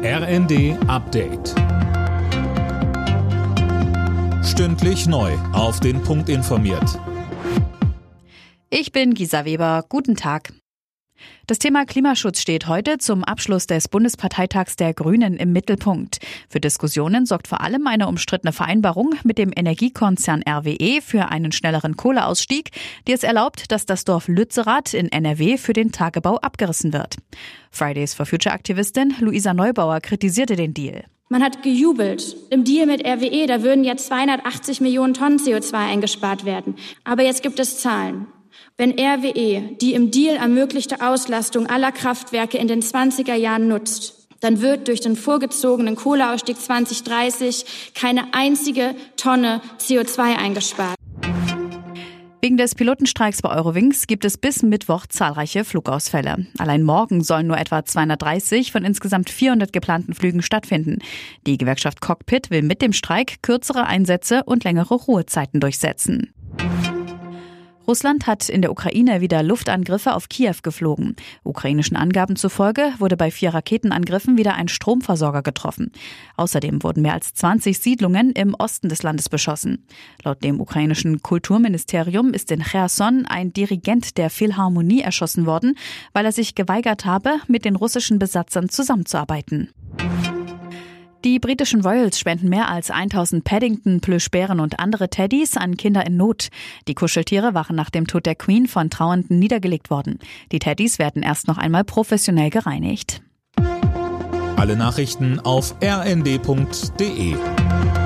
RND Update. Stündlich neu auf den Punkt informiert. Ich bin Gisa Weber. Guten Tag. Das Thema Klimaschutz steht heute zum Abschluss des Bundesparteitags der Grünen im Mittelpunkt. Für Diskussionen sorgt vor allem eine umstrittene Vereinbarung mit dem Energiekonzern RWE für einen schnelleren Kohleausstieg, die es erlaubt, dass das Dorf Lützerath in NRW für den Tagebau abgerissen wird. Fridays for Future-Aktivistin Luisa Neubauer kritisierte den Deal. Man hat gejubelt. Im Deal mit RWE, da würden jetzt 280 Millionen Tonnen CO2 eingespart werden. Aber jetzt gibt es Zahlen. Wenn RWE die im Deal ermöglichte Auslastung aller Kraftwerke in den 20er Jahren nutzt, dann wird durch den vorgezogenen Kohleausstieg 2030 keine einzige Tonne CO2 eingespart. Wegen des Pilotenstreiks bei Eurowings gibt es bis Mittwoch zahlreiche Flugausfälle. Allein morgen sollen nur etwa 230 von insgesamt 400 geplanten Flügen stattfinden. Die Gewerkschaft Cockpit will mit dem Streik kürzere Einsätze und längere Ruhezeiten durchsetzen. Russland hat in der Ukraine wieder Luftangriffe auf Kiew geflogen. Ukrainischen Angaben zufolge wurde bei 4 Raketenangriffen wieder ein Stromversorger getroffen. Außerdem wurden mehr als 20 Siedlungen im Osten des Landes beschossen. Laut dem ukrainischen Kulturministerium ist in Cherson ein Dirigent der Philharmonie erschossen worden, weil er sich geweigert habe, mit den russischen Besatzern zusammenzuarbeiten. Die britischen Royals spenden mehr als 1000 Paddington, Plüschbären und andere Teddys an Kinder in Not. Die Kuscheltiere waren nach dem Tod der Queen von Trauernden niedergelegt worden. Die Teddys werden erst noch einmal professionell gereinigt. Alle Nachrichten auf rnd.de.